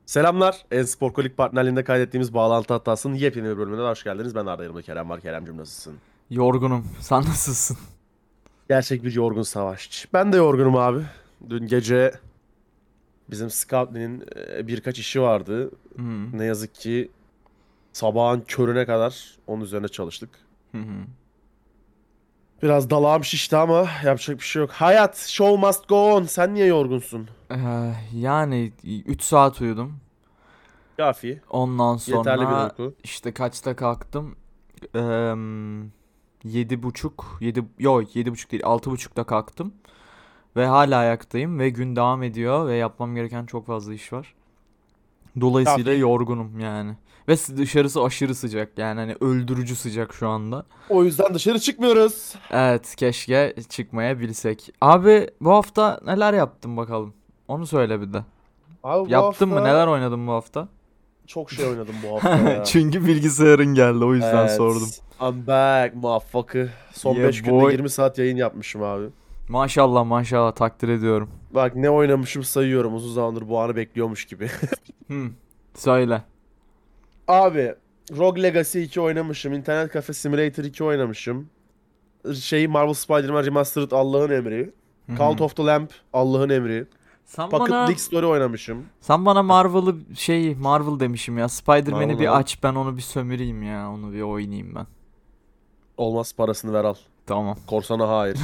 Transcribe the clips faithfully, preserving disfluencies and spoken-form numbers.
Selamlar. E-Spor Kolik partnerliğinde kaydettiğimiz bağlantı hatasının yepyeni bir bölümüne hoş geldiniz. Ben Arda Yanımda Kerem var. Kerem'cim nasılsın? Yorgunum. Sen nasılsın? Gerçek bir yorgun savaşçı. Ben de yorgunum abi. Dün gece bizim Scout'nin e, birkaç işi vardı. Hı hı. Ne yazık ki sabahın körüne kadar onun üzerine çalıştık. Hı hı. Biraz dalağım şişti ama yapacak bir şey yok. Hayat, show must go on. Sen niye yorgunsun? Ee, yani üç saat uyudum. Kafi. Ondan Yeterli bir sonra uyku. işte kaçta kalktım? Ee, yedi buçuk, yedi yok yedi buçuk değil, altı buçukta kalktım ve hala ayaktayım ve gün devam ediyor ve yapmam gereken çok fazla iş var. Dolayısıyla Kafi. yorgunum yani. Ve sı- dışarısı aşırı sıcak yani hani öldürücü sıcak şu anda. O yüzden dışarı çıkmıyoruz. Evet, keşke çıkmayabilsek. Abi bu hafta neler yaptın bakalım? Onu söyle bir de. Abi bu Yaptın mı? hafta Neler oynadın bu hafta? çok şey oynadım bu hafta ya. Çünkü bilgisayarın geldi, o yüzden sordum. Evet. I'm back motherfucker. Son Yeah beş günde boy. yirmi saat yayın yapmışım abi. Maşallah maşallah, takdir ediyorum. Bak ne oynamışım sayıyorum. Uzun zamandır bu anı bekliyormuş gibi. Hmm. Söyle. Abi Rogue Legacy iki oynamışım. İnternet Cafe Simulator iki oynamışım. Şey Marvel Spider-Man Remastered Allah'ın emri. Hı Cult hı. of the Lamb Allah'ın emri. Sen Pocket bana League Story oynamışım. sen bana Marvel'ı şey Marvel demişim ya. Marvel Spider-Man'i bir Marvel. aç, ben onu bir sömüreyim ya. Onu bir oynayayım ben. Olmaz parasını ver al. Tamam. Korsana hayır.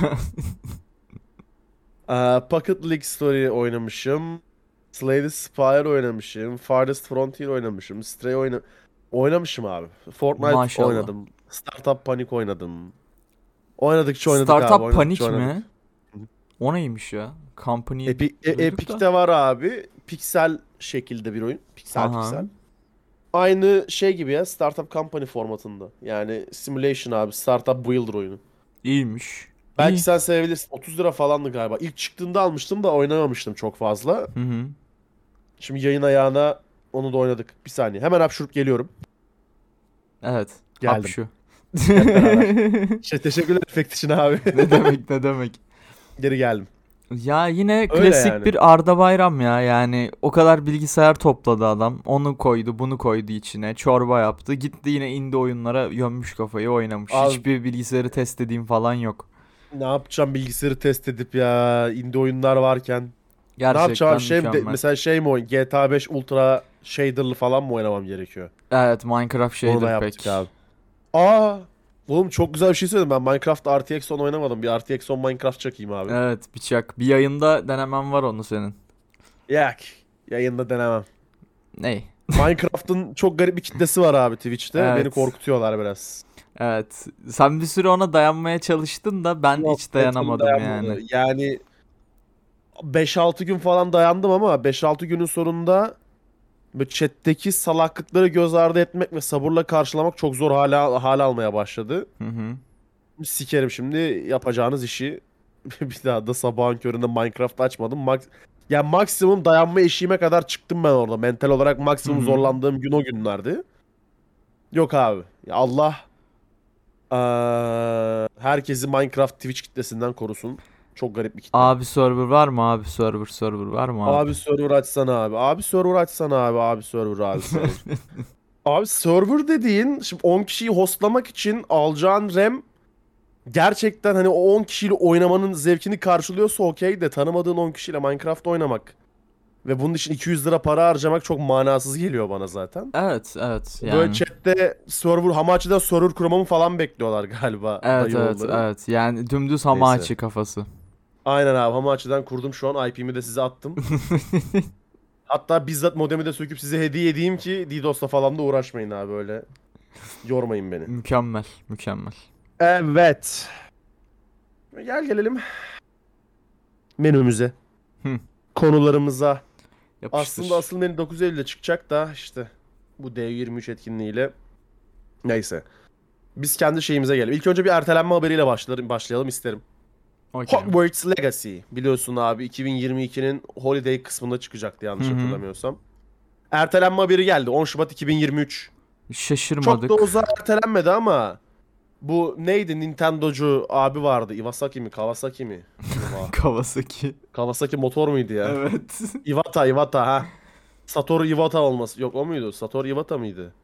Ee, Pocket League Story oynamışım. Slay the Spire oynamışım. Farthest Frontier oynamışım. Stray oyna oynamışım abi. Fortnite Maşallah. oynadım. Startup Panic oynadım. Oynadıkça oynadık abi. Startup Oynadıkça Panic oynadık. mi? O neymiş ya? Company'yi Epi e- duyduk da. Epic'te var abi. Piksel şekilde bir oyun. Piksel Aha. piksel. Aynı şey gibi ya. Startup Company formatında. Yani simulation abi. Startup Builder oyunu. İyiymiş. Belki İyi. sen sevebilirsin. otuz lira falandı galiba. İlk çıktığında almıştım da oynamamıştım çok fazla. Hı hı. Şimdi yayın ayağına onu da oynadık. Bir saniye. Hemen hapşurup geliyorum. Evet. Geldim. Hapşu. Hep beraber. Şey, teşekkürler efekt için abi. Ne demek ne demek. Geri geldim. Ya yine Öyle klasik yani. bir Arda Bayram ya, yani o kadar bilgisayar topladı adam, onu koydu bunu koydu içine, çorba yaptı, gitti yine indie oyunlara gömmüş kafayı, oynamış, Abi hiçbir bilgisayarı test edeyim falan yok. ne yapacağım bilgisayarı test edip ya indie oyunlar varken. Ne yapacağım abi Gerçekten şey mi de- mükemmel. mesela şey mi oyun G T A beş Ultra shader'lı falan mı oynamam gerekiyor? Evet, Minecraft Onu da shader yaptık pack. abi. Aa, oğlum çok güzel bir şey söyledim. Ben Minecraft R T X on oynamadım. Bir R T X on Minecraft çakayım abi. Evet, bıçak bir yayında denemem var onu senin. Yak. Yayında denemem. Ney? Minecraft'ın çok garip bir kitlesi var abi Twitch'te. Beni Evet. korkutuyorlar biraz. Evet, sen bir süre ona dayanmaya çalıştın da ben Yok, hiç mentalım dayanamadım yani. dayanmadı. Yani beş altı gün falan dayandım ama beş altı günün sonunda böyle chat'teki salaklıkları göz ardı etmek ve sabırla karşılamak çok zor hala hal almaya başladı. Hı hı. Sikerim şimdi yapacağınız işi. Bir daha da sabahın köründe Minecraft açmadım. Max yani maksimum dayanma eşiğime kadar çıktım ben orada. Mental olarak Hı maksimum hı. zorlandığım gün o günlerdi. Yok abi. Ya Allah eee, herkesi Minecraft Twitch kitlesinden korusun. Çok garip bir kitle. Abi server var mı, abi server server var mı abi? Abi server açsana abi. Abi server açsana abi. Abi server abi server. Abi server dediğin şimdi on kişiyi hostlamak için alacağın RAM gerçekten hani o on kişiyle oynamanın zevkini karşılıyorsa okey de tanımadığın on kişiyle Minecraft oynamak ve bunun için iki yüz lira para harcamak çok manasız geliyor bana zaten. Evet evet Böyle yani. chatte server Hamachi'den server kurmamı falan bekliyorlar galiba Evet dayı evet oğulları. evet. Yani dümdüz Neyse. Hamachi kafası. Aynen abi Hamachi'den kurdum şu an I P'mi de size attım. Hatta bizzat modemi de söküp size hediye edeyim ki DDoS'la falan da uğraşmayın abi öyle. Yormayın beni. Mükemmel, mükemmel. Evet. Gel gelelim menümüze, Hı, konularımıza. Aslında yapıştır. asıl menü dokuz Eylül'de çıkacak da işte bu D yirmi üç etkinliğiyle. Neyse. Biz kendi şeyimize gelelim. İlk önce bir ertelenme haberiyle başlayalım, başlayalım isterim. Okey. Hogwarts Legacy. Biliyorsun abi iki bin yirmi ikinin Holiday kısmında çıkacaktı Hı yanlış hı. hatırlamıyorsam. Ertelenme haberi geldi on Şubat iki bin yirmi üç. Çok da Şaşırmadık. uzağa ertelenmedi ama bu neydi Nintendo'cu abi vardı. Iwasaki mi Kawasaki mi? Acaba? Kawasaki. Kawasaki motor muydu ya? Evet. Iwata Iwata ha. Satoru Iwata olması. Yok o muydu? Satoru Iwata mıydı?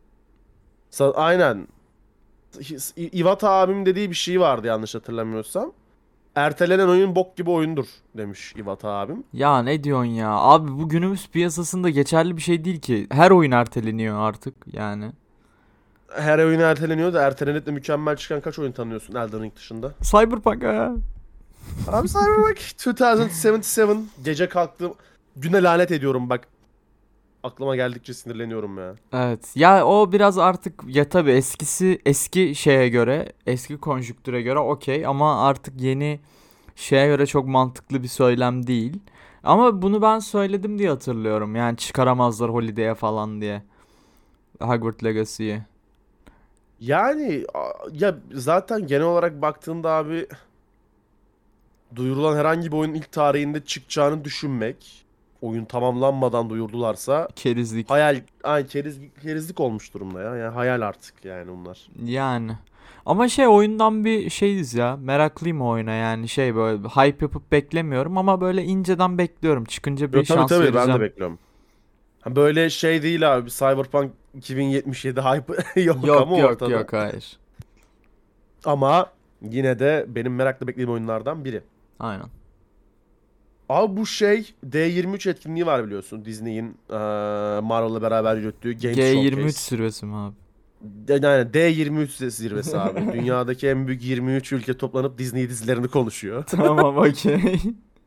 Sa- Aynen. I- Iwata abim dediği bir şey vardı yanlış hatırlamıyorsam. Ertelenen oyun bok gibi oyundur demiş Iwata abim. Ya ne diyorsun ya? Abi bu günümüz piyasasında geçerli bir şey değil ki. Her oyun erteleniyor artık yani. Her oyun erteleniyor da ertelenip de mükemmel çıkan kaç oyun tanıyorsun Elden Ring dışında? Cyberpunk ha. Abi Cyberpunk iki bin yetmiş yedi gece kalktım. Güne lanet ediyorum bak. Aklıma geldikçe sinirleniyorum ya. Evet. Ya o biraz artık ya tabii eskisi eski şeye göre, eski konjüktüre göre okey ama artık yeni şeye göre çok mantıklı bir söylem değil. Ama bunu ben söyledim diye hatırlıyorum. Yani çıkaramazlar Holiday'e falan diye. Hogwarts Legacy'yi. Yani a- ya zaten genel olarak baktığında abi duyurulan herhangi bir oyunun ilk tarihinde çıkacağını düşünmek, oyun tamamlanmadan duyurdularsa Kerizlik. hayal, ay keriz, kerizlik olmuş durumda ya. Yani hayal artık yani bunlar. Yani. Ama şey oyundan bir şeyiz ya. Meraklıyım o oyuna yani şey böyle hype yapıp beklemiyorum ama böyle inceden bekliyorum. Çıkınca bir Yo, tabii şans tabii ben de vereceğim. bekliyorum. Ha, böyle şey değil abi Cyberpunk iki bin yetmiş yedi hype yok ama Yok yok ortada. yok hayır. Ama yine de benim merakla beklediğim oyunlardan biri. Aynen. Abi bu şey D yirmi üç etkinliği var biliyorsun. Disney'in eee Marvel'la beraber yürüttüğü Games G yirmi üç Showcase. zirvesi mi abi? D- Yani D yirmi üç zirvesi abi. Dünyadaki en büyük yirmi üç ülke toplanıp Disney dizilerini konuşuyor. Tamam okey.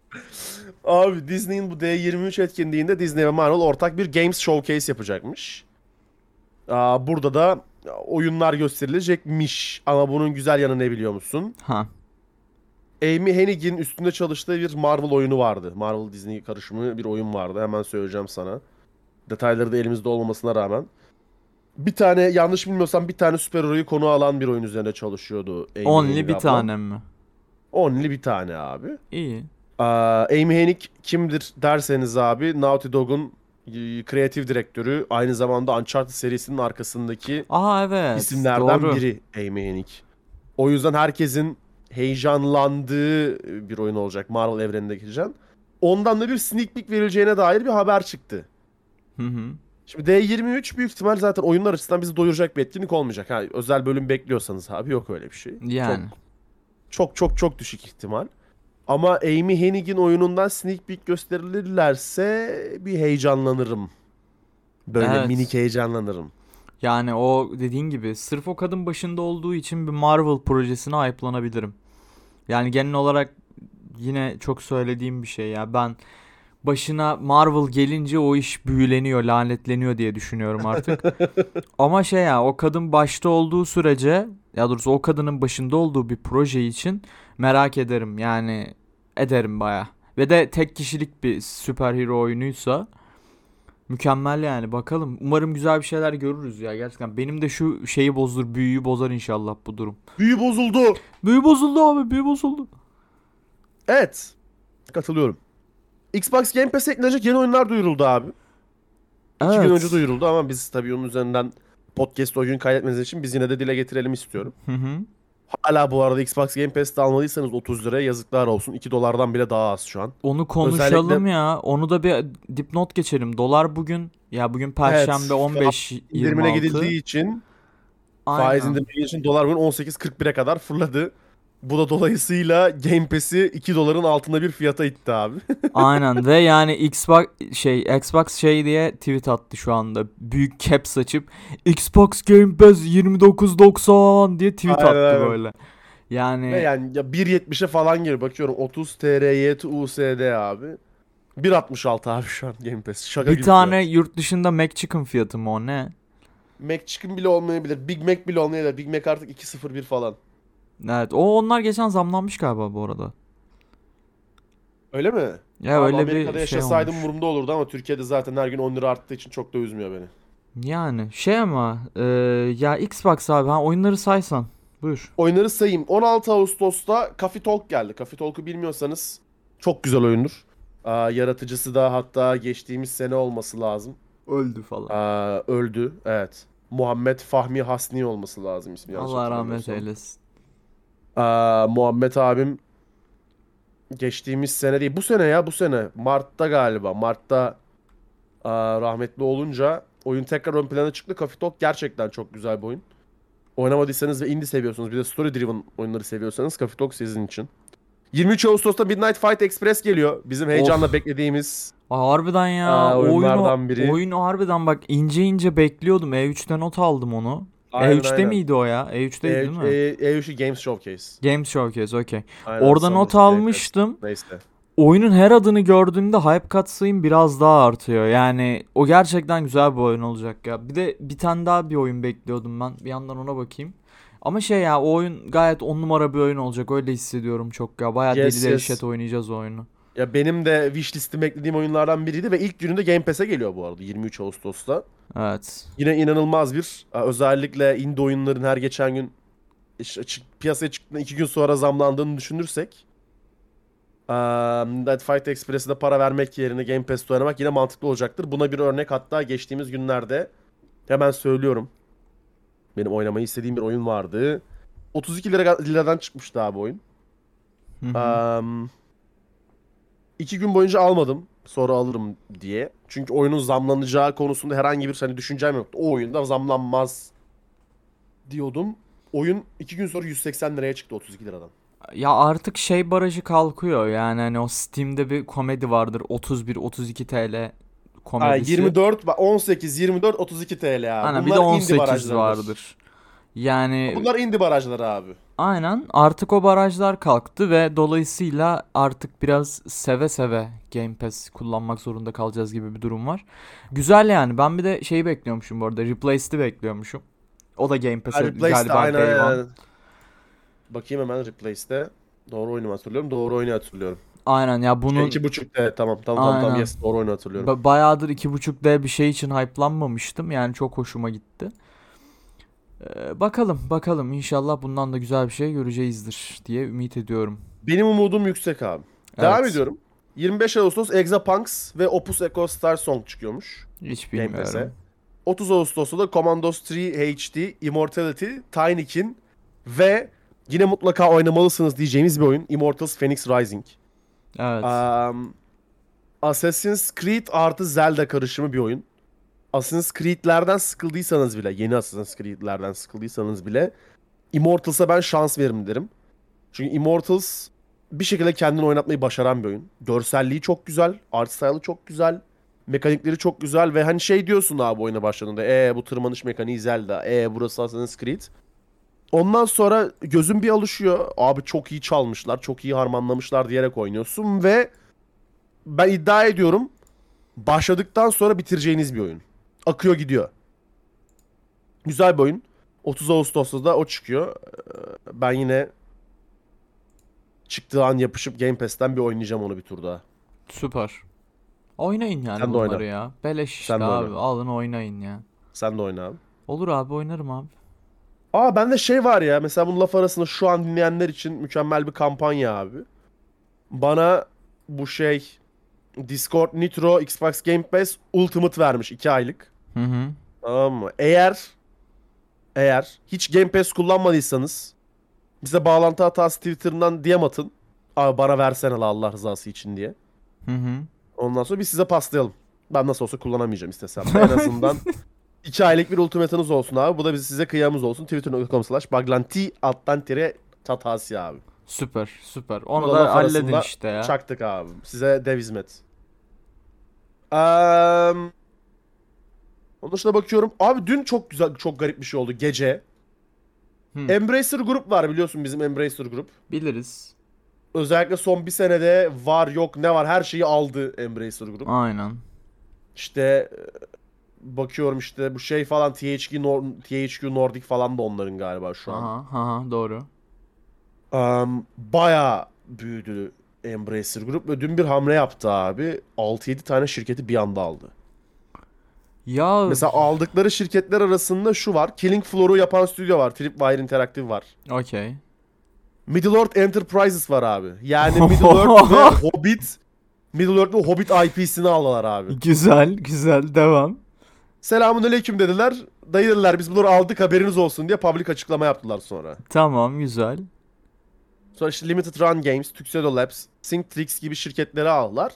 Abi Disney'in bu D yirmi üç etkinliğinde Disney ve Marvel ortak bir Games Showcase yapacakmış. Aa, burada da oyunlar gösterilecekmiş. Ama bunun güzel yanı ne biliyor musun? Ha. Amy Hennig'in üstünde çalıştığı bir Marvel oyunu vardı. Marvel Disney karışımı bir oyun vardı. Hemen söyleyeceğim sana. Detayları da elimizde olmamasına rağmen. Bir tane yanlış bilmiyorsam bir tane süper hero'yu konu alan bir oyun üzerine çalışıyordu Amy Only Hennig bir ablam. tanem mi? Only bir tane abi. İyi. Aa, Amy Hennig kimdir derseniz abi Naughty Dog'un e, kreatif direktörü. Aynı zamanda Uncharted serisinin arkasındaki Aha evet. isimlerden Doğru. biri Amy Hennig. O yüzden herkesin heyecanlandığı bir oyun olacak Marvel evreninde geçen. Ondan da bir sneak peek verileceğine dair bir haber çıktı. Hı hı. Şimdi D yirmi üç büyük ihtimal zaten oyunlar açısından bizi doyuracak bir etkinlik olmayacak. Ha, özel bölüm bekliyorsanız abi yok öyle bir şey. Çok Yani. çok çok çok düşük ihtimal. Ama Amy Hennig'in oyunundan sneak peek gösterilirlerse bir heyecanlanırım. Böyle minik Evet. heyecanlanırım. Yani o dediğin gibi sırf o kadın başında olduğu için bir Marvel projesine hype'lanabilirim. Yani genel olarak yine çok söylediğim bir şey ya. Ben başına Marvel gelince o iş büyüleniyor, lanetleniyor diye düşünüyorum artık. Ama şey ya o kadın başta olduğu sürece ya doğrusu o kadının başında olduğu bir proje için merak ederim. Yani ederim baya. Ve de tek kişilik bir süper hero oyunuysa mükemmel yani bakalım. Umarım güzel bir şeyler görürüz ya gerçekten. Benim de şu şeyi bozdur, büyüyü bozar inşallah bu durum. Büyü bozuldu. Büyü bozuldu abi, büyü bozuldu. Evet. Katılıyorum. Xbox Game Pass'e eklenecek yeni oyunlar duyuruldu abi. İki gün önce Evet. duyuruldu ama biz tabii onun üzerinden podcast o gün kaydetmeniz için biz yine de dile getirelim istiyorum. Hı hı. Hala bu arada Xbox Game Pass'te almadıysanız otuz liraya yazıklar olsun. iki dolardan bile daha az şu an. Onu Özellikle konuşalım ya. Onu da bir dipnot geçelim. Dolar bugün ya bugün Perşembe evet faiz indirimine on beş yirmi altı. gidildiği için faiz Aynen. indirimi için dolar bugün on sekiz kırk bire kadar fırladı. Bu da dolayısıyla Game Pass'i iki doların altında bir fiyata itti abi. Aynen ve yani Xbox şey Xbox şey diye tweet attı şu anda. Büyük caps açıp Xbox Game Pass yirmi dokuz doksan diye tweet Aynen attı aynen. böyle. Ve Yani yani ya bir yetmişe falan geliyor. Bakıyorum otuz T R Y T U S D abi. bir altmış altı abi şu an Game Pass. Şaka bir gibi tane fiyat. yurt dışında McChicken fiyatı mı o ne? McChicken bile olmayabilir. Big Mac bile olmayabilir. Big Mac artık iki sıfır bir falan. Evet o onlar geçen zamlanmış galiba bu arada. Öyle mi? Ya Abi öyle bir Amerika'da şey yaşasaydım olmuş. umurumda olurdu ama Türkiye'de zaten her gün on lira arttığı için çok da üzmüyor beni. Yani şey ama e, ya Xbox abi ha oyunları saysan. Buyur. Oyunları sayayım. on altı Ağustos'ta Coffee Talk geldi. Coffee Talk'u bilmiyorsanız çok güzel oyundur. Aa, yaratıcısı da hatta geçtiğimiz sene olması lazım. Öldü falan. Aa, öldü. Evet. Muhammed Fahmi Hasni olması lazım ismi yanlış Allah rahmet hatırlamıyorsam. eylesin. Aa, Muhammed abim geçtiğimiz sene değil. Bu sene ya bu sene. Mart'ta galiba. Mart'ta Aa, rahmetli olunca oyun tekrar ön plana çıktı. Coffee Talk gerçekten çok güzel bir oyun. Oynamadıysanız ve indie seviyorsunuz, bir de story driven oyunları seviyorsanız Coffee Talk sizin için. yirmi üç Ağustos'ta Midnight Fight Express geliyor. Bizim heyecanla Of. beklediğimiz Aa, harbiden ya. aa, O oyunu oyunlardan biri. oyunu harbiden bak ince ince bekliyordum. E üçte not aldım onu. Aynen E üçte aynen. miydi o ya? E üçteydi E, değil mi? e, E üçü Games Showcase. Games Showcase, okey. Aynen, Orada Summer not Game Fest. almıştım. Neyse. Oyunun her adını gördüğümde hype katsayım biraz daha artıyor. Yani o gerçekten güzel bir oyun olacak ya. Bir de bir tane daha bir oyun bekliyordum ben. Bir yandan ona bakayım. Ama şey ya, o oyun gayet on numara bir oyun olacak. Öyle hissediyorum çok ya. Bayağı Yes, deli yes. dehşet oynayacağız o oyunu. Ya benim de wishlist'im beklediğim oyunlardan biriydi ve ilk gününde Game Pass'e geliyor bu arada yirmi üç Ağustos'ta. Evet. Yine inanılmaz bir, özellikle indie oyunların her geçen gün işte çık- piyasaya çıktığında iki gün sonra zamlandığını düşünürsek, um, That Fight Express'e de para vermek yerine Game Pass'te oynamak yine mantıklı olacaktır. Buna bir örnek, hatta geçtiğimiz günlerde hemen söylüyorum. Benim oynamayı istediğim bir oyun vardı. otuz iki lira, liradan çıkmıştı abi oyun. Hı hı. Um, iki gün boyunca almadım. Sonra alırım diye. Çünkü oyunun zamlanacağı konusunda herhangi bir hani düşüncem yoktu. O oyunda zamlanmaz diyordum. Oyun iki gün sonra yüz seksen liraya çıktı otuz iki liradan. Ya artık şey barajı kalkıyor. Yani hani o Steam'de bir komedi vardır. otuz bir otuz iki T L Ha, komedisi. yirmi dört, bak on sekiz, yirmi dört, otuz iki T L abi. Aynen, bir Bunlar de indie on sekiz barajlarıdır. vardır. Yani Bunlar indie barajları abi. aynen, artık o barajlar kalktı ve dolayısıyla artık biraz seve seve Game Pass kullanmak zorunda kalacağız gibi bir durum var. Güzel yani. Ben bir de şeyi bekliyormuşum bu arada. Replaced'i bekliyormuşum. O da Game Ha, Pass'e Replace'de galiba aynen Day One. aynen. Bakayım hemen Replace'de. Doğru oyunu mu hatırlıyorum? Doğru oyunu hatırlıyorum. Aynen ya, Şey, bunun iki buçuk T, tamam tamam tamam tamam, aynen. yes, doğru oyunu hatırlıyorum. Ba- bayağıdır iki buçuk D bir şey için hype'lanmamıştım. Yani çok hoşuma gitti. Ee, bakalım bakalım, inşallah bundan da güzel bir şey göreceğizdir diye ümit ediyorum. Benim umudum yüksek abi. Devam Evet. ediyorum. yirmi beş Ağustos Exapunks ve Opus Echo Star Song çıkıyormuş Hiç Game Pass'e. bilmiyorum. otuz Ağustos'ta da Commandos üç H D, Immortality, Tinykin ve yine mutlaka oynamalısınız diyeceğimiz bir oyun, Immortals Phoenix Rising. Evet. Um, Assassin's Creed artı Zelda karışımı bir oyun. Assassin's Creed'lerden sıkıldıysanız bile, yeni Assassin's Creed'lerden sıkıldıysanız bile Immortals'a ben şans veririm derim. Çünkü Immortals bir şekilde kendini oynatmayı başaran bir oyun. Görselliği çok güzel, art style'ı çok güzel, mekanikleri çok güzel ve hani şey diyorsun abi oyuna başladığında, ee bu tırmanış mekaniği Zelda, ee burası Assassin's Creed. Ondan sonra gözün bir alışıyor. Abi çok iyi çalmışlar, çok iyi harmanlamışlar diyerek oynuyorsun ve ben iddia ediyorum başladıktan sonra bitireceğiniz bir oyun. Akıyor gidiyor. Güzel bir oyun. otuz Ağustos'ta da o çıkıyor. Ee, Ben yine çıktığı an yapışıp Game Pass'ten bir oynayacağım onu bir tur daha. Süper. Oynayın yani Sen de bunları oyna. ya. Beleş işte Sen de abi. oyna. Alın oynayın ya. Sen de oyna abi. Olur abi, oynarım abi. Aa, bende şey var ya. Mesela bunun laf arasında şu an dinleyenler için mükemmel bir kampanya abi. Bana bu şey Discord Nitro Xbox Game Pass Ultimate vermiş iki aylık. Hı hı. Tamam mı? Eğer eğer hiç Game Pass kullanmadıysanız bize bağlantı hatası Twitter'dan D M atın. Abi bana versene la Allah rızası için diye. Hı hı. Ondan sonra biz size paslayalım. Ben nasıl olsa kullanamayacağım istesem de. En azından iki aylık bir ultimate'ınız olsun abi. Bu da biz size kıyamız olsun. Twitter nokta com slash baglanti alttan tire tatası abi. Süper süper. Bu Onu da da laf halledin arasında işte ya. çaktık abi. Size dev hizmet. Eee Onun dışında bakıyorum. Abi dün çok güzel, çok garip bir şey oldu gece. Hı. Embracer Group var, biliyorsun bizim Embracer Group. Biliriz. Özellikle son bir senede var yok ne var her şeyi aldı Embracer Group. Aynen. İşte e, bakıyorum işte bu şey falan T H Q, Nor- T H Q Nordic falan da onların galiba şu an. Aha, aha, doğru. Um, bayağı büyüdü Embracer Group ve dün bir hamle yaptı abi. altı yedi tane şirketi bir anda aldı. Ya Mesela aldıkları şirketler arasında şu var. Killing Floor'u yapan stüdyo var. Tripwire Interactive var. okey. Middle-earth Enterprises var abi. Yani Middle-earth ve Hobbit Middle-earth ve Hobbit I P'sini aldılar abi. Güzel güzel, devam. Selamünaleyküm dediler. Dayı dediler biz bunları aldık haberiniz olsun diye public açıklama yaptılar sonra. Tamam, güzel. Sonra işte Limited Run Games, Tuxedo Labs, Synctrix gibi şirketleri aldılar.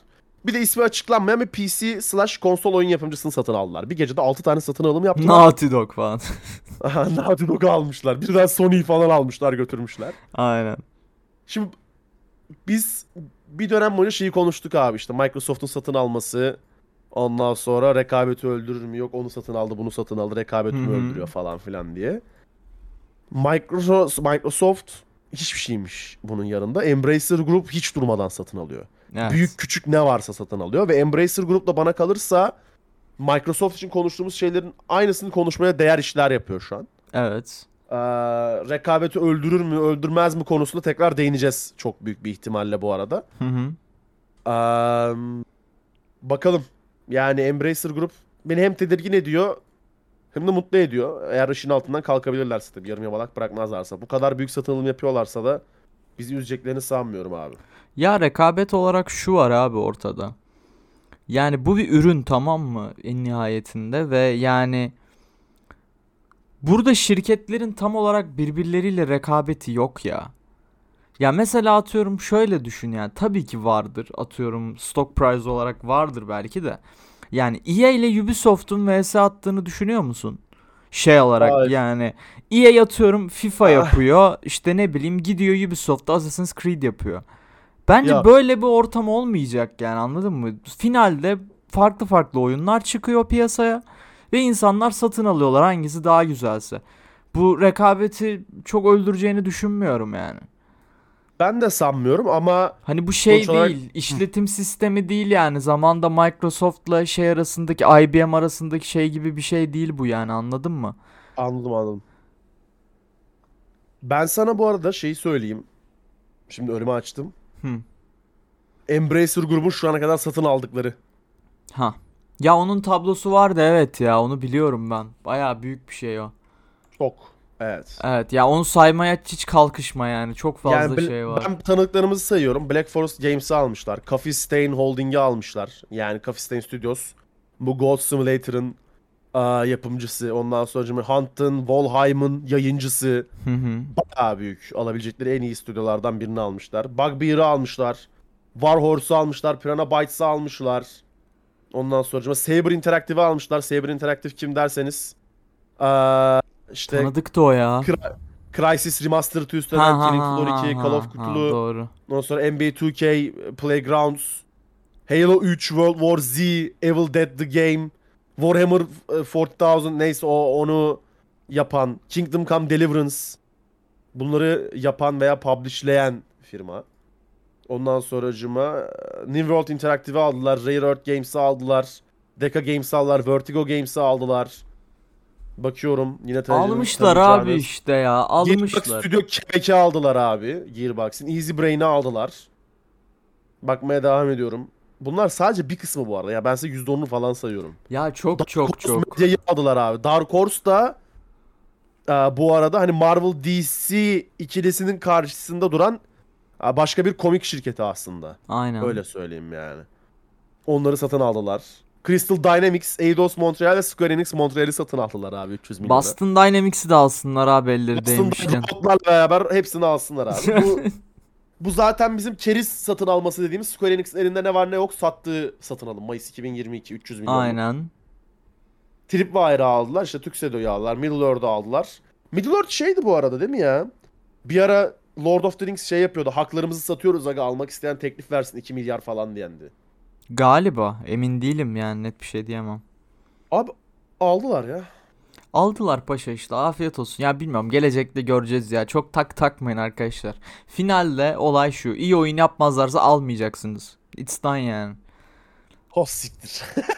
Bir de ismi açıklanmayan bir P C slash konsol oyun yapımcısını satın aldılar. Bir gecede altı tane satın alım yaptılar. Naughty Dog falan. Naughty Dog'u almışlar. Birden Sony'yi falan almışlar, götürmüşler. Aynen. Şimdi biz bir dönem boyunca şeyi konuştuk abi, işte Microsoft'un satın alması, ondan sonra rekabeti öldürür mü, yok onu satın aldı bunu satın aldı rekabeti mi Hı hı. öldürüyor falan filan diye. Microsoft, Microsoft hiçbir şeymiş bunun yanında. Embracer Group hiç durmadan satın alıyor. Büyük Evet. küçük ne varsa satın alıyor ve Embracer Group da bana kalırsa Microsoft için konuştuğumuz şeylerin aynısını konuşmaya değer işler yapıyor şu an. Evet. Ee, rekabeti öldürür mü öldürmez mi konusunda tekrar değineceğiz çok büyük bir ihtimalle bu arada. Hı hı. Ee, bakalım. Yani Embracer Group beni hem tedirgin ediyor hem de mutlu ediyor. Eğer işin altından kalkabilirlerse tabii, yarım yamalak bırakmazlarsa. Bu kadar büyük satın alım yapıyorlarsa da bizi üzeceklerini sanmıyorum abi. Ya rekabet olarak şu var abi ortada. Yani bu bir ürün, tamam mı, en nihayetinde, ve yani burada şirketlerin tam olarak birbirleriyle rekabeti yok ya. Ya mesela atıyorum şöyle düşün, yani tabii ki vardır, atıyorum stock price olarak vardır belki de. Yani E A ile Ubisoft'un vs attığını düşünüyor musun? Şey olarak Hayır. yani E A atıyorum FIFA Ah, yapıyor, işte ne bileyim gidiyor Ubisoft Assassin's Creed yapıyor. Bence yok. böyle bir ortam olmayacak yani, anladın mı? Finalde farklı farklı oyunlar çıkıyor piyasaya ve insanlar satın alıyorlar hangisi daha güzelse. Bu rekabeti çok öldüreceğini düşünmüyorum yani. Ben de sanmıyorum ama Hani bu sonuç şey olarak değil, işletim sistemi değil yani. Zamanda Microsoft'la şey arasındaki, I B M arasındaki şey gibi bir şey değil bu yani, anladın mı? anladım anladım. Ben sana bu arada şeyi söyleyeyim. Şimdi önümü açtım. Hı. Embracer grubun şu ana kadar satın aldıkları. Ha. Ya onun tablosu vardı, evet ya, onu biliyorum ben. Baya büyük bir şey o. Çok. Evet. Evet ya, onu saymaya hiç kalkışma yani. Çok Yani fazla bil- şey var. ben tanıdıklarımızı sayıyorum. Black Forest Games'i almışlar. Coffee Stain Holding'i almışlar. Yani Coffee Stain Studios. Bu Goat Simulator'ın aa, yapımcısı. Ondan sonra Hunt'ın, Valheim'ın yayıncısı. Hı hı. Bayağı büyük. Alabilecekleri en iyi stüdyolardan birini almışlar. Bugbear'ı almışlar. Warhorse'u almışlar. Piranha Bytes'ı almışlar. Ondan sonra Saber Interactive'i almışlar. Saber Interactive kim derseniz, aa, işte Tanıdık da o ya. Cry- Crysis Remastered'ı Ha üstlenen ha Killing ha Floor ha iki, Call of ha ha, Cthulhu, doğru. ondan sonra N B A iki K, Playgrounds, Halo üç, World War Z, Evil Dead The Game, Warhammer e, kırk bin, neyse o onu yapan, Kingdom Come Deliverance, bunları yapan veya publishleyen firma. Ondan sonracıma New World Interactive'i aldılar, Rare Earth Games'i aldılar, Deca Games'i aldılar, Vertigo Games'i aldılar. Bakıyorum yine tanı Almışlar abi tanıyacağınız. işte ya, Gearbox almışlar. Studio Quebec'i aldılar abi. Gearbox'in Easy Brain'i aldılar. Bakmaya devam ediyorum. Bunlar sadece bir kısmı bu arada. Ya ben size yüzde onunu falan sayıyorum. Ya çok Dark çok Horse çok. Media'yı aldılar abi. Dark Horse da e, bu arada hani Marvel D C ikilisinin karşısında duran e, başka bir komik şirketi aslında. Aynen. Öyle söyleyeyim yani. Onları satın aldılar. Crystal Dynamics, Eidos Montreal ve Square Enix Montreal'i satın aldılar abi üç yüz milyona. Boston Dynamics'i de alsınlar abi elleri Aslında değmişken. robotlarla beraber hepsini alsınlar abi. Bu bu zaten bizim keriz satın alması dediğimiz, Square Enix'in elinde ne var ne yok sattığı satın alım. Mayıs iki bin yirmi iki üç yüz milyonluk. Aynen. Tripwire'ı aldılar, işte Tuxedo'yu aldılar, Middle-earth'u aldılar. Middle-earth şeydi bu arada değil mi ya? Bir ara Lord of the Rings şey yapıyordu. Haklarımızı satıyoruz aga, almak isteyen teklif versin iki milyar falan diyendi. Galiba, emin değilim yani, net bir şey diyemem. Abi aldılar ya. Aldılar paşa işte, afiyet olsun. Ya bilmiyorum, gelecekte göreceğiz ya. Çok tak takmayın arkadaşlar. Finalde olay şu: iyi oyun yapmazlarsa almayacaksınız. It's done yani. Ho siktir.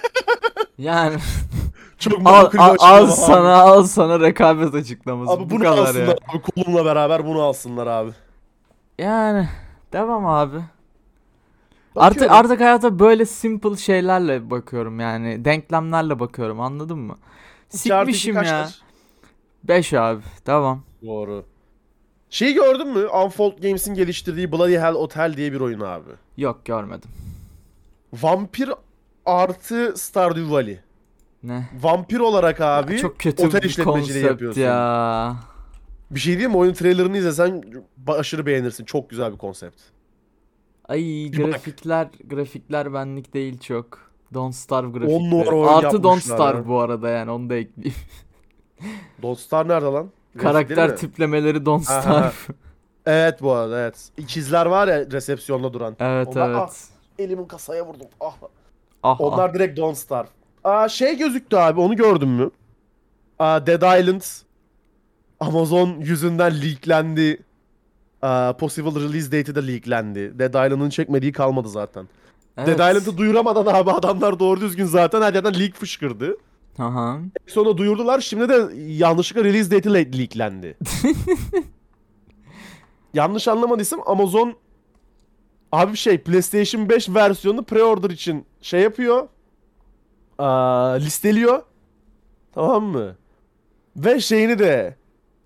Yani Çok al, makul bir al, al açıklama abi. sana al sana rekabet açıklaması. Abi Bu bunu kadar alsınlar ya. abi. Kolumla beraber bunu alsınlar abi. Yani devam abi. Artık Bakıyorum. artık hayata böyle simple şeylerle bakıyorum yani. Denklemlerle bakıyorum, anladın mı? iki artı iki Sikmişim ya. kaçtır? beş abi. Devam. Doğru. Şeyi gördün mü? Unfold Games'in geliştirdiği Bloody Hell Hotel diye bir oyun abi. Yok, görmedim. Vampir artı Stardew Valley. Ne? Vampir olarak abi Çok kötü otel bir işletmeciliği konsept yapıyorsun. ya. Bir şey diyeyim mi? Oyun trailerını izlesen aşırı beğenirsin. Çok güzel bir konsept. Ay Bir bak. grafikler grafikler benlik değil çok. Don't Starve On grafikleri. numara oyun Artı Don't yapmışlar Starve ya. bu arada yani onu da ekleyeyim. Dostlar nerede lan? Grafikleri Karakter mi? tiplemeleri Don't Aha. Starve. Evet bu arada evet. İkizler var ya resepsiyonda duran. Evet Onlar ah evet. elimin kasaya vurdum. Ah. Ah ah. Onlar direkt Don't Starve. Aa şey gözüktü abi onu gördün mü? Aa, Dead Island Amazon yüzünden leaklendi. Aa, possible release date'i de leaklendi. Dead Island'ın çekmediği kalmadı zaten. Evet. Dead Island'ı duyuramadan abi adamlar doğru düzgün zaten her yerden leak fışkırdı. Aha. Sonra duyurdular şimdi de yanlışlıkla release date'i le- leaklendi. Yanlış anlamadıysam Amazon abi bir şey PlayStation beş versiyonu pre-order için şey yapıyor. Aa, listeliyor. Tamam mı? Ve şeyini de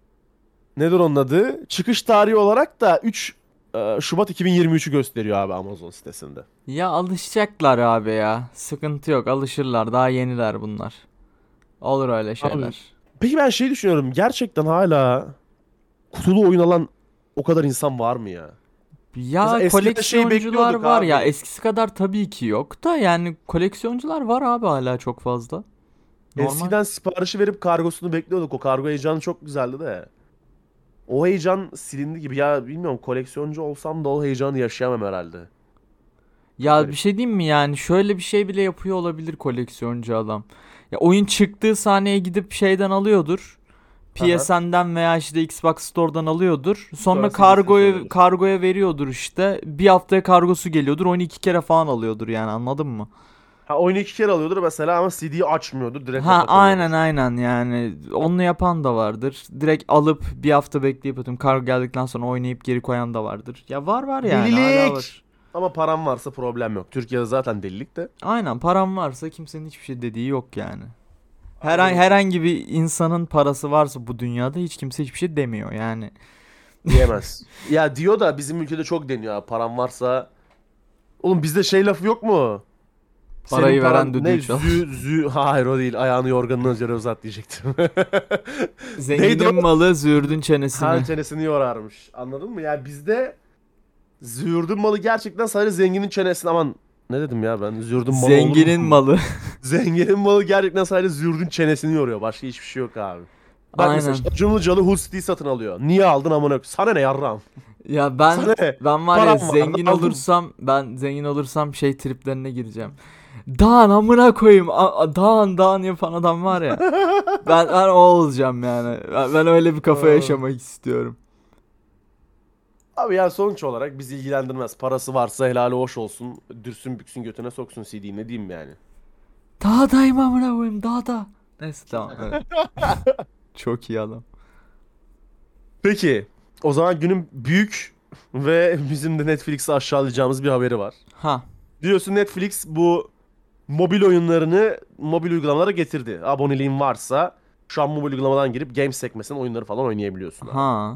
nedir onun adı? Çıkış tarihi olarak da üç e, Şubat iki bin yirmi üçü gösteriyor abi Amazon sitesinde. Ya alışacaklar abi ya. Sıkıntı yok alışırlar. Daha yeniler bunlar. Olur öyle şeyler. Peki ben şey düşünüyorum. Gerçekten hala kutulu oyun alan o kadar insan var mı ya? Ya Mesela eskiden şey koleksiyoncular bekliyorduk var ya abi. eskisi kadar tabii ki yok da yani koleksiyoncular var abi hala çok fazla. Normal. Eskiden siparişi verip kargosunu bekliyorduk. O kargo heyecanı çok güzeldi de. O heyecan silindi gibi. Ya bilmiyorum koleksiyoncu olsam da o heyecanı yaşayamam herhalde. Ya Garip. bir şey diyeyim mi yani şöyle bir şey bile yapıyor olabilir koleksiyoncu adam. Ya oyun çıktığı sahneye gidip şeyden alıyordur. Aha. P S N'den veya işte Xbox Store'dan alıyordur. Sonra Sonra C D'sini kargoya söylüyordur. kargoya veriyordur işte. Bir haftaya kargosu geliyordur. Oyunu iki kere falan alıyordur yani anladın mı? Ha oyunu iki kere alıyordur mesela ama C D'yi açmıyordu. Direkt Ha rapa koyuyordur. aynen aynen yani onu yapan da vardır. Direkt alıp bir hafta bekleyip atıyorum kargo geldikten sonra oynayıp geri koyan da vardır. Ya var var yani hala Delilik. var. Ama param varsa problem yok. Türkiye'de zaten delilik de. Aynen param varsa kimsenin hiçbir şey dediği yok yani. Herhangi, Aynen. herhangi bir insanın parası varsa bu dünyada hiç kimse hiçbir şey demiyor yani. Diyemez. Ya diyor da bizim ülkede çok deniyor abi. Param varsa. Oğlum bizde şey lafı yok mu? Parayı Senin veren paran düdüğü ne çal. zü zü hayır o değil ayağını yorganına üzerine uzat diyecektim. Neydi Zenginin o? malı züğürdün çenesini. Her çenesini yorarmış. Anladın mı? Yani bizde züğürdün malı gerçekten sadece zenginin çenesini aman ne dedim ya ben züğürdün malı olur Zenginin mu? malı. Zenginin malı gerçekten sadece züğürdün çenesini yoruyor. Başka hiçbir şey yok abi. Bak mesela Aynen. Acun Ilıcalı Hull City'yi satın alıyor. Niye aldın amına koyayım? Sana ne yarram? Ya ben Sana ne? ben var ya Param vardı, zengin aldım. olursam ben zengin olursam şey triplerine gireceğim. Dağın amına koyayım. A- a- Dağın dağın yapan adam var ya. Ben ben o olacağım yani. Ben, ben öyle bir kafa Aa. yaşamak istiyorum. Abi yani sonuç olarak bizi ilgilendirmez. Parası varsa helali hoş olsun. Dürsün büksün götüne soksun C D'yi ne diyeyim yani. Dağdayım amına koyayım dağda. Neyse tamam evet. Çok iyi adam. Peki o zaman günün büyük ve bizim de Netflix'i aşağılayacağımız bir haberi var. Ha. Biliyorsun Netflix bu mobil oyunlarını mobil uygulamalara getirdi. Aboneliğin varsa şu an mobil uygulamadan girip Games sekmesinden oyunları falan oynayabiliyorsun abi. Ha.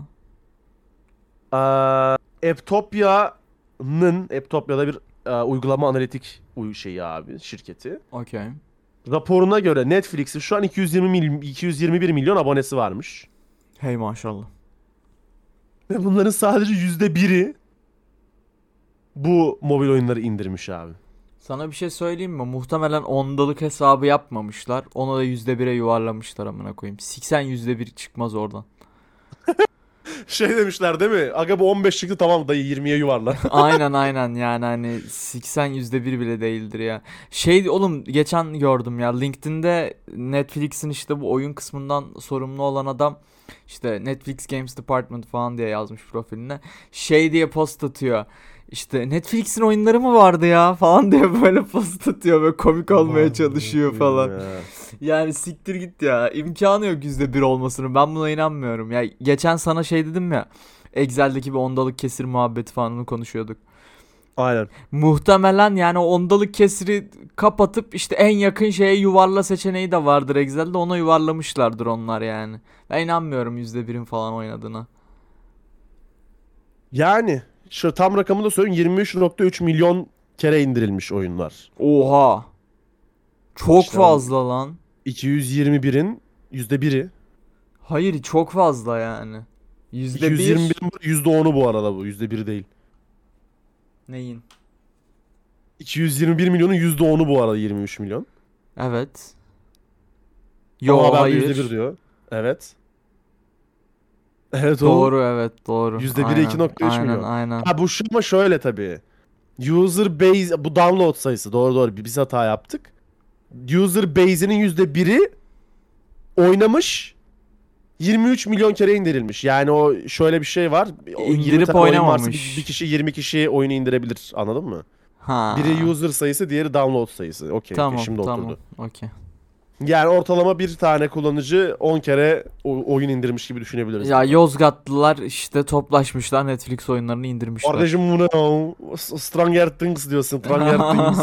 Ee, Apptopia'nın Apptopia'da bir e, uygulama analitik uy şeyi abi şirketi. Okey. Raporuna göre Netflix'in şu an iki yüz yirmi mil- iki yüz yirmi bir milyon abonesi varmış. Hey maşallah. Ve bunların sadece yüzde biri bu mobil oyunları indirmiş abi. Sana bir şey söyleyeyim mi? Muhtemelen ondalık hesabı yapmamışlar. Onu da yüzde bire yuvarlamışlar amına koyayım. Siksen yüzde bir çıkmaz oradan. Şey demişler değil mi? Aga bu on beş çıktı tamam dayı yirmiye yuvarla. Aynen aynen yani hani seksen yüzde bir bile değildir ya. Şey oğlum geçen gördüm ya LinkedIn'de Netflix'in işte bu oyun kısmından sorumlu olan adam işte Netflix Games Department falan diye yazmış profiline. Şey diye post atıyor. İşte Netflix'in oyunları mı vardı ya falan diye böyle post atıyor ve komik olmaya çalışıyor falan. Ya. Yani siktir git ya. İmkanı yok yüzde bir olmasının. Ben buna inanmıyorum. Ya geçen sana şey dedim ya. Excel'deki bir ondalık kesir muhabbeti falan onu konuşuyorduk. Aynen. Muhtemelen yani o ondalık kesiri kapatıp işte en yakın şeye yuvarla seçeneği de vardır Excel'de. Ona yuvarlamışlardır onlar yani. Ben inanmıyorum yüzde birin falan oynadığına. Yani şu tam rakamını da söyleyeyim yirmi üç nokta üç milyon kere indirilmiş oyunlar. Oha. Çok İşte fazla lan. iki yüz yirmi birin yüzde biri. Hayır çok fazla yani. Yüzde bir. iki yüz yirmi birin yüzde onu bu arada bu. yüzde biri değil. Neyin? iki yüz yirmi bir milyonun yüzde onu bu arada yirmi üç milyon. Evet. Ama Yo, haberde hayır. yüzde bir diyor. Evet. Evet oğlum. Doğru, evet doğru. yüzde biri Aynen. iki nokta üç Aynen milyon. aynen. Ha bu şu ama şöyle tabii. User base bu download sayısı. Doğru doğru biz hata yaptık. User base'inin yüzde biri oynamış. yirmi üç milyon kere indirilmiş. Yani o şöyle bir şey var. O yirmi İndirip tane oyun varsa oynamamış. bir, bir kişi yirmi kişi oyunu indirebilir. Anladın mı? Biri Ha. user sayısı, diğeri download sayısı. Okey, okey, Tamam şimdi tamam. oturdu. Okey. Yani ortalama bir tane kullanıcı on kere o- oyun indirmiş gibi düşünebiliriz. Ya burada. Yozgatlılar işte toplaşmışlar, Netflix oyunlarını indirmişler. Kardeşim bu ne o? Stranger Things diyorsun. Stranger Things.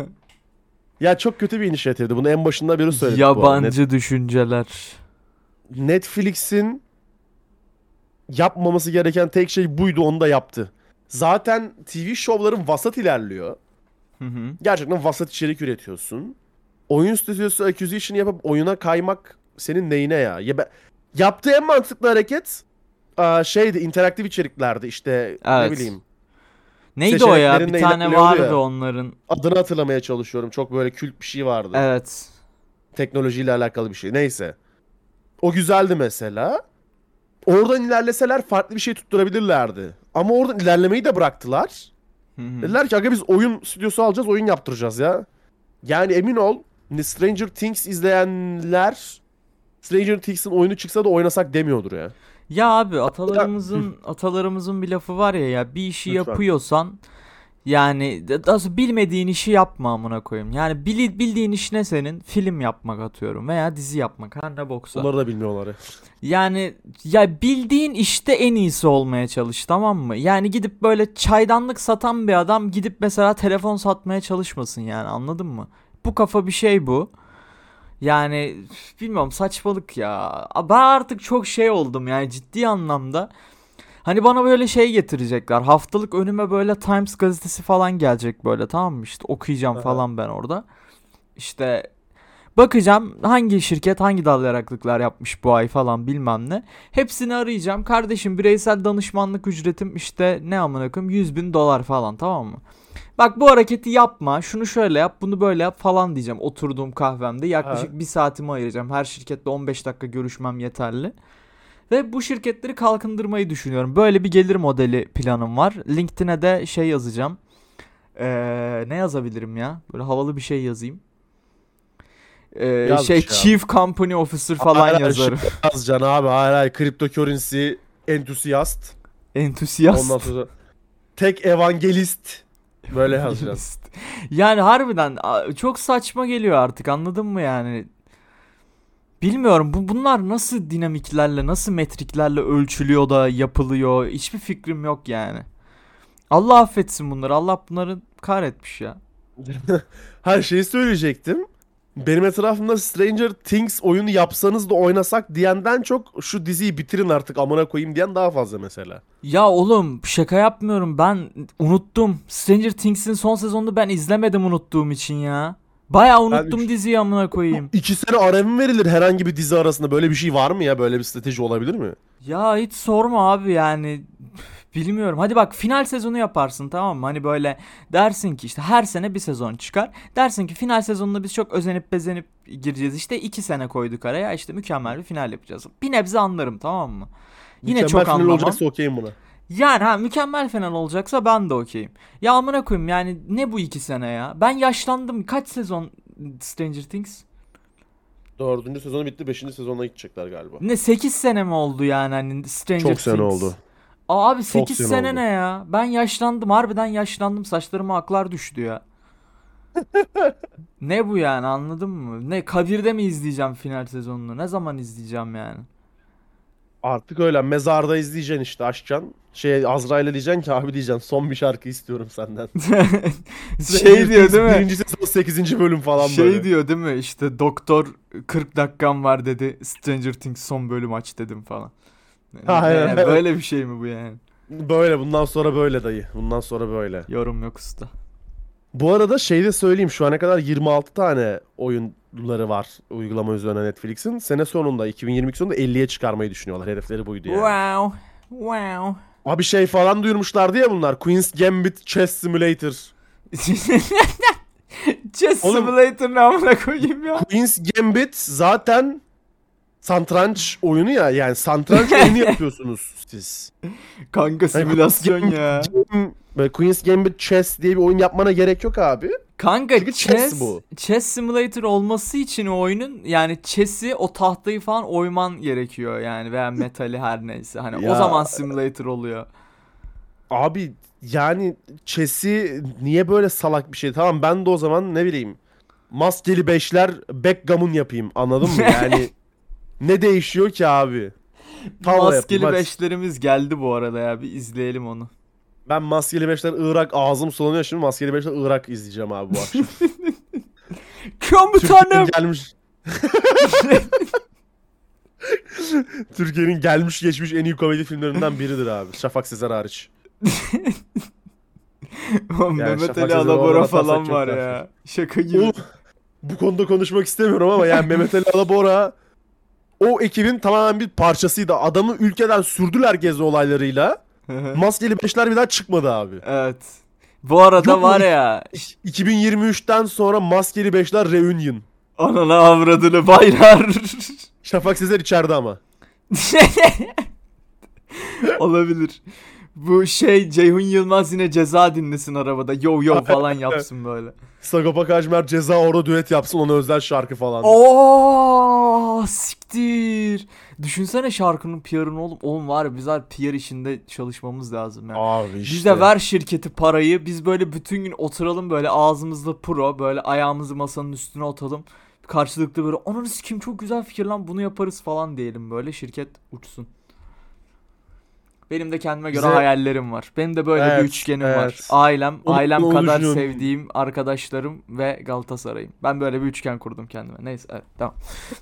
Ya çok kötü bir inisiyatifti. Bunu en başında biri söyledi bu arada. Net- Yabancı düşünceler. Netflix'in yapmaması gereken tek şey buydu, onu da yaptı. Zaten T V şovların vasat ilerliyor. Hı hı. Gerçekten vasat içerik üretiyorsun. Oyun stüdyosu acquisition yapıp oyuna kaymak senin neyine ya? ya ben... Yaptığı en mantıklı hareket aa, şeydi, interaktif içeriklerdi işte, ne Evet. bileyim. Neydi o ya? Bir Seçeneklerin tane ilerliyordu vardı ya. onların. Adını hatırlamaya çalışıyorum. Çok böyle kült bir şey vardı. Evet. Teknolojiyle alakalı bir şey. Neyse. O güzeldi mesela. Oradan ilerleseler farklı bir şey tutturabilirlerdi. Ama oradan ilerlemeyi de bıraktılar. Hı hı. Dediler ki aga biz oyun stüdyosu alacağız, oyun yaptıracağız ya. Yani emin ol, Stranger Things izleyenler Stranger Things'in oyunu çıksa da oynasak demiyordur ya. Ya abi, atalarımızın atalarımızın bir lafı var ya ya bir işi Lütfen. yapıyorsan yani de- nasıl bilmediğin işi yapma amına koyayım. Yani bili- bildiğin iş ne senin? Film yapmak atıyorum veya dizi yapmak, her ne boksa. Onları da bilmiyorlar ya. Yani ya bildiğin işte en iyisi olmaya çalış, tamam mı? Yani gidip böyle çaydanlık satan bir adam gidip mesela telefon satmaya çalışmasın, yani anladın mı? Bu kafa bir şey bu. Yani üf, bilmiyorum, saçmalık ya. Ben artık çok şey oldum yani, ciddi anlamda. Hani bana böyle şey getirecekler. Haftalık önüme böyle Times gazetesi falan gelecek böyle, tamam mı? İşte okuyacağım Aha. falan ben orada. İşte bakacağım hangi şirket hangi dal yaraklıklar yapmış bu ay falan bilmem ne. Hepsini arayacağım. Kardeşim bireysel danışmanlık ücretim işte ne amına koyayım yüz bin dolar falan, tamam mı? Bak bu hareketi yapma, şunu şöyle yap, bunu böyle yap falan diyeceğim oturduğum kahvemde. Aha. Yaklaşık bir saatimi ayıracağım. Her şirketle on beş dakika görüşmem yeterli. Ve bu şirketleri kalkındırmayı düşünüyorum. Böyle bir gelir modeli planım var. LinkedIn'e de şey yazacağım. Ee, ne yazabilirim ya? Böyle havalı bir şey yazayım. Ee, Yaz bir şey şey abi. Chief Company Officer falan Hayır, hayır, yazarım. şey yazacaksın abi. Hayır hayır. Cryptocurrency enthusiast. Ondan Entusiast. sonra tek evangelist. Böyle yazacaksın. Yani harbiden a- çok saçma geliyor artık, anladın mı yani? Bilmiyorum bu bunlar nasıl dinamiklerle, nasıl metriklerle ölçülüyor da yapılıyor. Hiçbir fikrim yok yani. Allah affetsin bunları. Allah bunları kahretmiş ya. Her şeyi söyleyecektim. Benim etrafımda Stranger Things oyunu yapsanız da oynasak diyenden çok şu diziyi bitirin artık amına koyayım diyen daha fazla mesela. Ya oğlum şaka yapmıyorum, ben unuttum. Stranger Things'in son sezonunu ben izlemedim unuttuğum için ya. Bayağı unuttum üç- diziyi amına koyayım. İki sene ara mı verilir herhangi bir dizi arasında? Böyle bir şey var mı ya? Böyle bir strateji olabilir mi? Ya hiç sorma abi yani. Bilmiyorum. Hadi bak final sezonu yaparsın, tamam mı? Hani böyle dersin ki işte her sene bir sezon çıkar. Dersin ki final sezonunda biz çok özenip bezenip gireceğiz. İşte iki sene koyduk araya, işte mükemmel bir final yapacağız. Bir nebze anlarım, tamam mı? Yine Mükemmel çok final anlamam. olacaksa okeyim buna. Yani ha mükemmel final olacaksa ben de okeyim. Ya amına koyayım yani, ne bu iki sene ya? Ben yaşlandım. Kaç sezon Stranger Things? Dördüncü sezonu bitti. Beşinci sezonuna gidecekler galiba. Ne, sekiz sene mi oldu yani hani Stranger Çok sene Things? oldu. Abi Çok sekiz sene sene oldu. ne ya? Ben yaşlandım. Harbiden yaşlandım. Saçlarıma aklar düştü ya. Ne bu yani, anladın mı? Ne, Kadir'de mi izleyeceğim final sezonunu? Ne zaman izleyeceğim yani? Artık öyle. Mezarda izleyeceksin işte, açacaksın. Şey, Azrail'e diyeceksin ki abi, diyeceksin son bir şarkı istiyorum senden. Şey diyor değil mi? Birinci sezon sekizinci bölüm falan Şey böyle. diyor değil mi? İşte doktor kırk dakikam var dedi. Stranger Things son bölüm aç dedim falan. Ne- ne- Aynen, ne- evet. böyle bir şey mi bu yani? Böyle bundan sonra böyle dayı. Bundan sonra böyle. Yorum yok usta. Bu arada şey de söyleyeyim, şu ana kadar yirmi altı tane oyunları var uygulama üzerine Netflix'in. Sene sonunda iki bin yirmi iki sonunda elliye çıkarmayı düşünüyorlar. Hedefleri buydu yani. Wow. Wow. Abi şey falan duyurmuşlardı ya bunlar. Queen's Gambit Chess Simulator. Chess Oğlum- Simulator ne amına koyayım ya. Queen's Gambit zaten satranç oyunu ya. Yani satranç oyunu yapıyorsunuz siz. Kanka simülasyon ya. Böyle Queen's Gambit Chess diye bir oyun yapmana gerek yok abi. Kanka Çünkü chess, chess bu. chess simulator olması için o oyunun yani chess'i o tahtayı falan oyman gerekiyor yani veya metali her neyse. Hani o Ya- zaman simulator oluyor. Abi yani chess'i niye böyle salak bir şey? Tamam ben de o zaman ne bileyim maskeli beşler backgammon yapayım, anladın mı? Yani ne değişiyor ki abi? Tavla Maskeli yapayım, hadi. beşlerimiz geldi bu arada ya, bir izleyelim onu. Ben maskeli beşler Irak, ağzım sulanıyor şimdi, maskeli beşler Irak izleyeceğim abi bu akşam. Komutanım. Türkiye'nin gelmiş Türkiye'nin gelmiş geçmiş en iyi komedi filmlerinden biridir abi. Şafak Sezer hariç. Oğlum Yani Mehmet Şafak Ali Sezer'i Alabora oradan falan atarsak çok var daha ya. Şaka gibi. Oğlum, bu konuda konuşmak istemiyorum ama yani Mehmet Ali Alabora o ekibin tamamen bir parçasıydı. Adamı ülkeden sürdüler gezi olaylarıyla. Maskeli beşler bir daha çıkmadı abi. Evet. Bu arada Yok mu? var ya, iki bin yirmi üçten sonra Maskeli Beşler Reunion. anana avradını baylar. Şafak Sezer içeride ama. Olabilir. Bu şey Ceyhun Yılmaz yine ceza dinlesin arabada. Yo yo falan yapsın böyle. Sagopa Kajmer Ceza orada düet yapsın, ona özel şarkı falan. Oo siktir. Düşünsene şarkının P R'ını oğlum. Oğlum var ya, biz var P R işinde çalışmamız lazım ya. Abi işte. Bize ver şirketi parayı. Biz böyle bütün gün oturalım böyle ağzımızda pro. Böyle ayağımızı masanın üstüne atalım. Karşılıklı böyle ananı sikeyim çok güzel fikir lan bunu yaparız falan diyelim böyle. Şirket uçsun. Benim de kendime göre Bize- hayallerim var. Benim de böyle bir Evet, üçgenim evet. var. Ailem, Onu- ailem onu kadar düşünüyorum. sevdiğim arkadaşlarım ve Galatasaray'ım. Ben böyle bir üçgen kurdum kendime. Neyse evet tamam.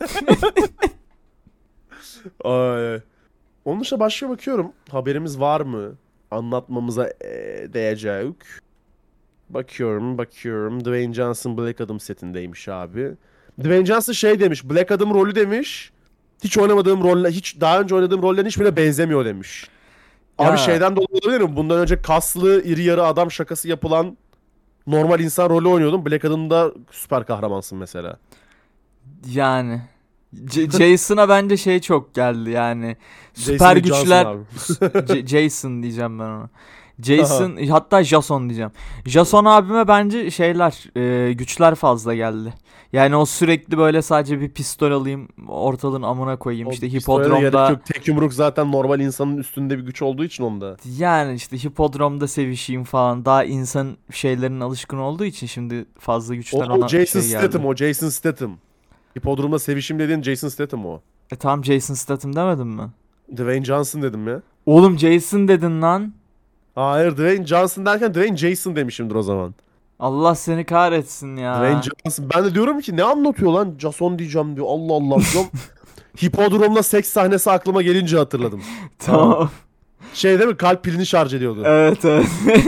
Ay. Onun dışında başka bakıyorum. Haberimiz var mı? Anlatmamıza eee, değecek. Bakıyorum, bakıyorum. Dwayne Johnson Black Adam setindeymiş abi. Dwayne Johnson şey demiş. Black Adam rolü demiş. Hiç oynamadığım rolle, hiç daha önce oynadığım rollerin hiçbirine benzemiyor demiş. Ya. Abi şeyden dolayı olabilir mi? Bundan önce kaslı, iri yarı adam şakası yapılan normal insan rolü oynuyordum. Black Adam'da süper kahramansın mesela. Yani C- Jason'a bence şey çok geldi yani. Jason Süper Lee Johnson güçler abi. C- Jason diyeceğim ben ona. Jason hatta Jason diyeceğim. Jason abime bence şeyler e, güçler fazla geldi. Yani o sürekli böyle sadece bir pistol alayım ortalığın amına koyayım O işte pistole de gerek hipodromda yok. Tek yumruk zaten normal insanın üstünde bir güç olduğu için onda. yani işte hipodromda sevişeyim falan daha insan şeylerinin alışkın olduğu için şimdi fazla O, güçler o ona Jason şey geldi. Statham, o Jason Statham. Hipodromda sevişim dediğin Jason Statham o. E tamam Jason Statham demedim mi? Dwayne Johnson dedim ya. Oğlum Jason dedin lan. Hayır, Dwayne Johnson derken Dwayne Jason demişimdir o zaman. Allah seni kahretsin ya. Dwayne Johnson. Ben de diyorum ki ne anlatıyor lan? Jason diyeceğim diyor. Allah Allah diyorum. Hipodromda seks sahnesi aklıma gelince hatırladım. Tamam. Şey değil mi? Kalp pilini şarj ediyordu. Evet evet.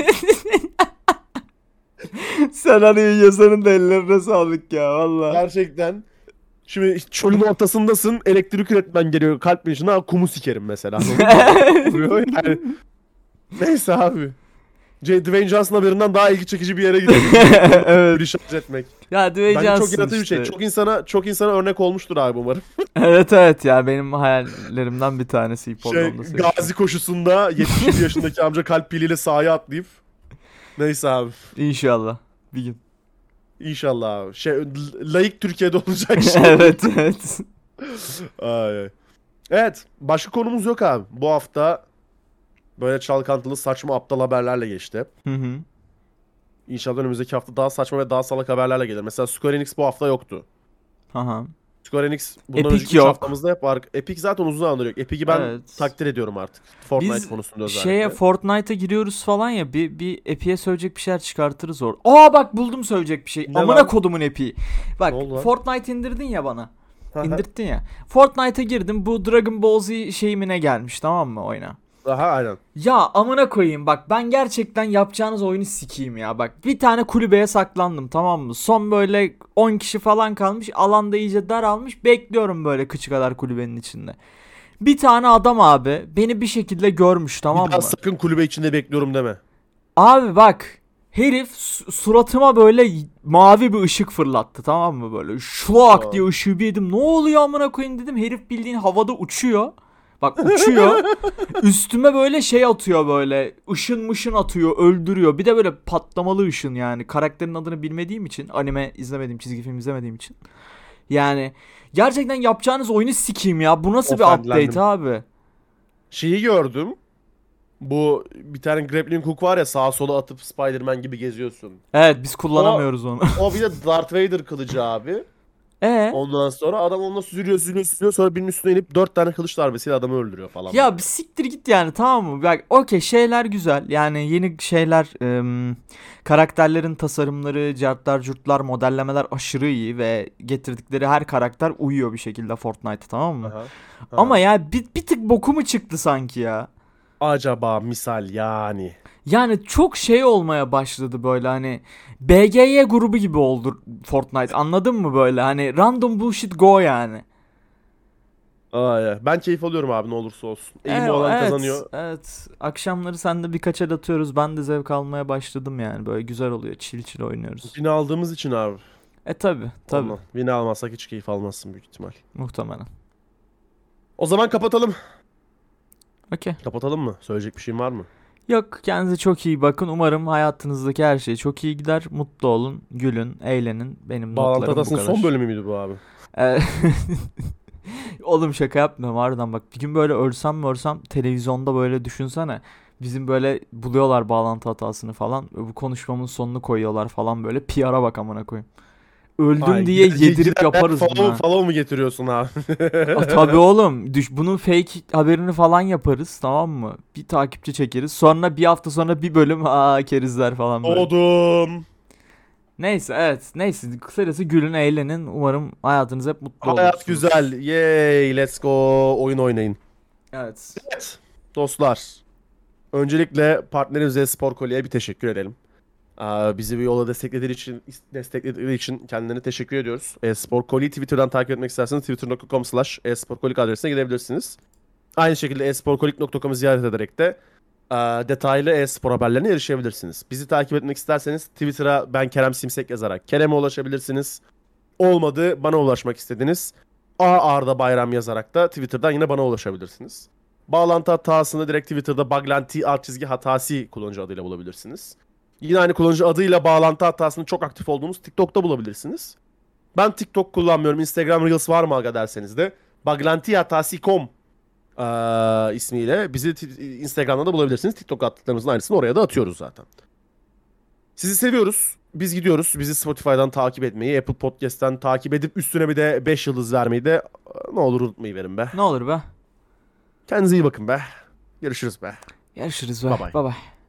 Senaryoyu yazarın da ellerine sağlık ya valla. Gerçekten. Şimdi çölün ortasındasın. Elektrik üretmen geliyor kalp pilini. Ha, kumu sikerim mesela. Vuruyor yani. Neyse abi. C. Dwayne Johnson haberinden daha ilgi çekici bir yere gidelim. Evet. Bir şarj etmek. Ya Dwayne Bence çok Johnson yaratıcı bir işte. şey. Çok insana çok insana örnek olmuştur abi umarım. Evet evet ya benim hayallerimden bir tanesi Şey, hipodromda sevişmek. gazi koşusunda yetmiş bir yaşındaki amca kalp piliyle sahaya atlayıp. Neyse abi. İnşallah bir gün. İnşallah abi. Şey, l- layık Türkiye'de olacak şey. Evet evet. Ay, ay. Evet. Başka konumuz yok abi. Bu hafta böyle çalkantılı saçma aptal haberlerle geçti. Hı hı. İnşallah önümüzdeki hafta daha saçma ve daha salak haberlerle gelir. Mesela Square Enix bu hafta yoktu. Aha. Square Enix bundan Epic önceki üç yok. haftamızda hep var. Epic zaten uzun zamandır yok. Epic'i ben Evet. takdir ediyorum artık. Fortnite Biz konusunda özellikle. şeye Fortnite'a giriyoruz falan ya bir bir Epic'e söyleyecek bir şeyler çıkartırız orada. Aa bak buldum söyleyecek bir şey. Ne Amına lan? kodumun Epic'i. Bak Ne oldu lan? Fortnite indirdin ya bana. Aha. İndirttin ya. Fortnite'a girdim. Bu Dragon Ball Z şeyimine gelmiş tamam mı oyuna? Aha aynen. Ya amına koyayım bak ben gerçekten yapacağınız oyunu sikeyim ya. Bak bir tane kulübeye saklandım tamam mı? Son böyle on kişi falan kalmış. Alanda iyice daralmış. Bekliyorum böyle kıçı kadar kulübenin içinde. Bir tane adam abi beni bir şekilde görmüş, tamam Bir daha mı? sakın kulübe içinde bekliyorum deme. Abi bak, herif su- suratıma böyle y- mavi bir ışık fırlattı, tamam mı, böyle şlak Aa. diye ışığı bir yedim. Ne oluyor amına koyayım dedim. Herif bildiğin havada uçuyor. Bak uçuyor. Üstüme böyle şey atıyor, böyle ışın mışın atıyor, öldürüyor. Bir de böyle patlamalı ışın yani. Karakterin adını bilmediğim için, anime izlemediğim, çizgi film izlemediğim için. Yani gerçekten yapacağınız oyunu sikeyim ya. Bu nasıl bir Ofendlendim. update abi? Şeyi gördüm. Bu bir tane grappling hook var ya, sağa sola atıp Spider-Man gibi geziyorsun. Evet, biz kullanamıyoruz onu. O bir de Darth Vader kılıcı abi. E Ondan sonra adam onunla süzülüyor süzülüyor süzülüyor, sonra birinin üstüne inip dört tane kılıç darbesiyle adamı öldürüyor falan. Ya böyle. bir siktir git yani, tamam mı? Bak okey, şeyler güzel. Yani yeni şeyler, ım, karakterlerin tasarımları, cartlar curtlar, modellemeler aşırı iyi ve getirdikleri her karakter uyuyor bir şekilde Fortnite'a, tamam mı? Aha. Ama Aha. ya bir, bir tık boku mu çıktı sanki ya? Acaba misal yani. Yani çok şey olmaya başladı böyle, hani B G Y grubu gibi oldu Fortnite, anladın mı böyle? Hani random bullshit go yani. Aa, ya. Ben keyif alıyorum abi, ne olursa olsun. E, Eğimi olan evet, kazanıyor. evet. Akşamları sen de birkaç el atıyoruz. Ben de zevk almaya başladım yani. Böyle güzel oluyor. Chill chill oynuyoruz. Win aldığımız için abi. E tabi tabi. Ondan. Win almazsak hiç keyif almazsın büyük ihtimal. Muhtemelen. O zaman kapatalım. Okey. Kapatalım mı? Söyleyecek bir şeyin var mı? Yok, kendinize çok iyi bakın. Umarım hayatınızdaki her şey çok iyi gider. Mutlu olun, gülün, eğlenin. Benim Bağlantı notlarım bu Hatası'nın kadar. son bölümü müydü bu abi? E, Oğlum şaka yapmıyorum harbiden, bak bir gün böyle ölsem mi ölsem, televizyonda böyle düşünsene. Bizim böyle buluyorlar bağlantı hatasını falan. Bu konuşmamın sonunu koyuyorlar falan böyle. P R'a bak amına koyayım. Öldüm Ay, diye gider- yedirip gider- yaparız follow, bunu ha. follow mu getiriyorsun abi? A, tabii oğlum. Düş, bunun fake haberini falan yaparız, tamam mı? Bir takipçi çekeriz. Sonra bir hafta sonra bir bölüm aa kerizler falan böyle. Doğdum. Neyse, evet. Neyse, kısacası gülün, eğlenin. Umarım hayatınız hep mutlu Hayat olursunuz. güzel. Yay, let's go. Oyun oynayın. Evet. Evet. Dostlar. Öncelikle partnerimiz e-spor Kolye'ye bir teşekkür edelim. Aa, bizi bu yola desteklediği için desteklediği için kendilerine teşekkür ediyoruz. E-spor Kolye'yi Twitter'dan takip etmek isterseniz twitter nokta com slash esporkolik adresine gidebilirsiniz. Aynı şekilde esporkolik nokta com'u ziyaret ederek de aa, detaylı e-spor haberlerine erişebilirsiniz. Bizi takip etmek isterseniz Twitter'a ben Kerem Simsek yazarak Kerem'e ulaşabilirsiniz. Olmadı, bana ulaşmak istediniz, A Arda Bayram yazarak da Twitter'dan yine bana ulaşabilirsiniz. Bağlantı hatasını direkt Twitter'da Baglanti alt çizgi hatası kullanıcı adıyla bulabilirsiniz. Yine aynı kullanıcı adıyla bağlantı hatasını çok aktif olduğumuz TikTok'ta bulabilirsiniz. Ben TikTok kullanmıyorum. Instagram Reels var mı aga derseniz de baglanti hatası nokta com eee, ismiyle bizi t- Instagram'da da bulabilirsiniz. TikTok attıklarımızın aynısını oraya da atıyoruz zaten. Sizi seviyoruz. Biz gidiyoruz. Bizi Spotify'dan takip etmeyi, Apple Podcast'ten takip edip üstüne bir de beş yıldız vermeyi de e, ne olur unutmayı verin be. Ne olur be. Kendinize iyi bakın be. Görüşürüz be. Görüşürüz be. Bye bye. Bye bye.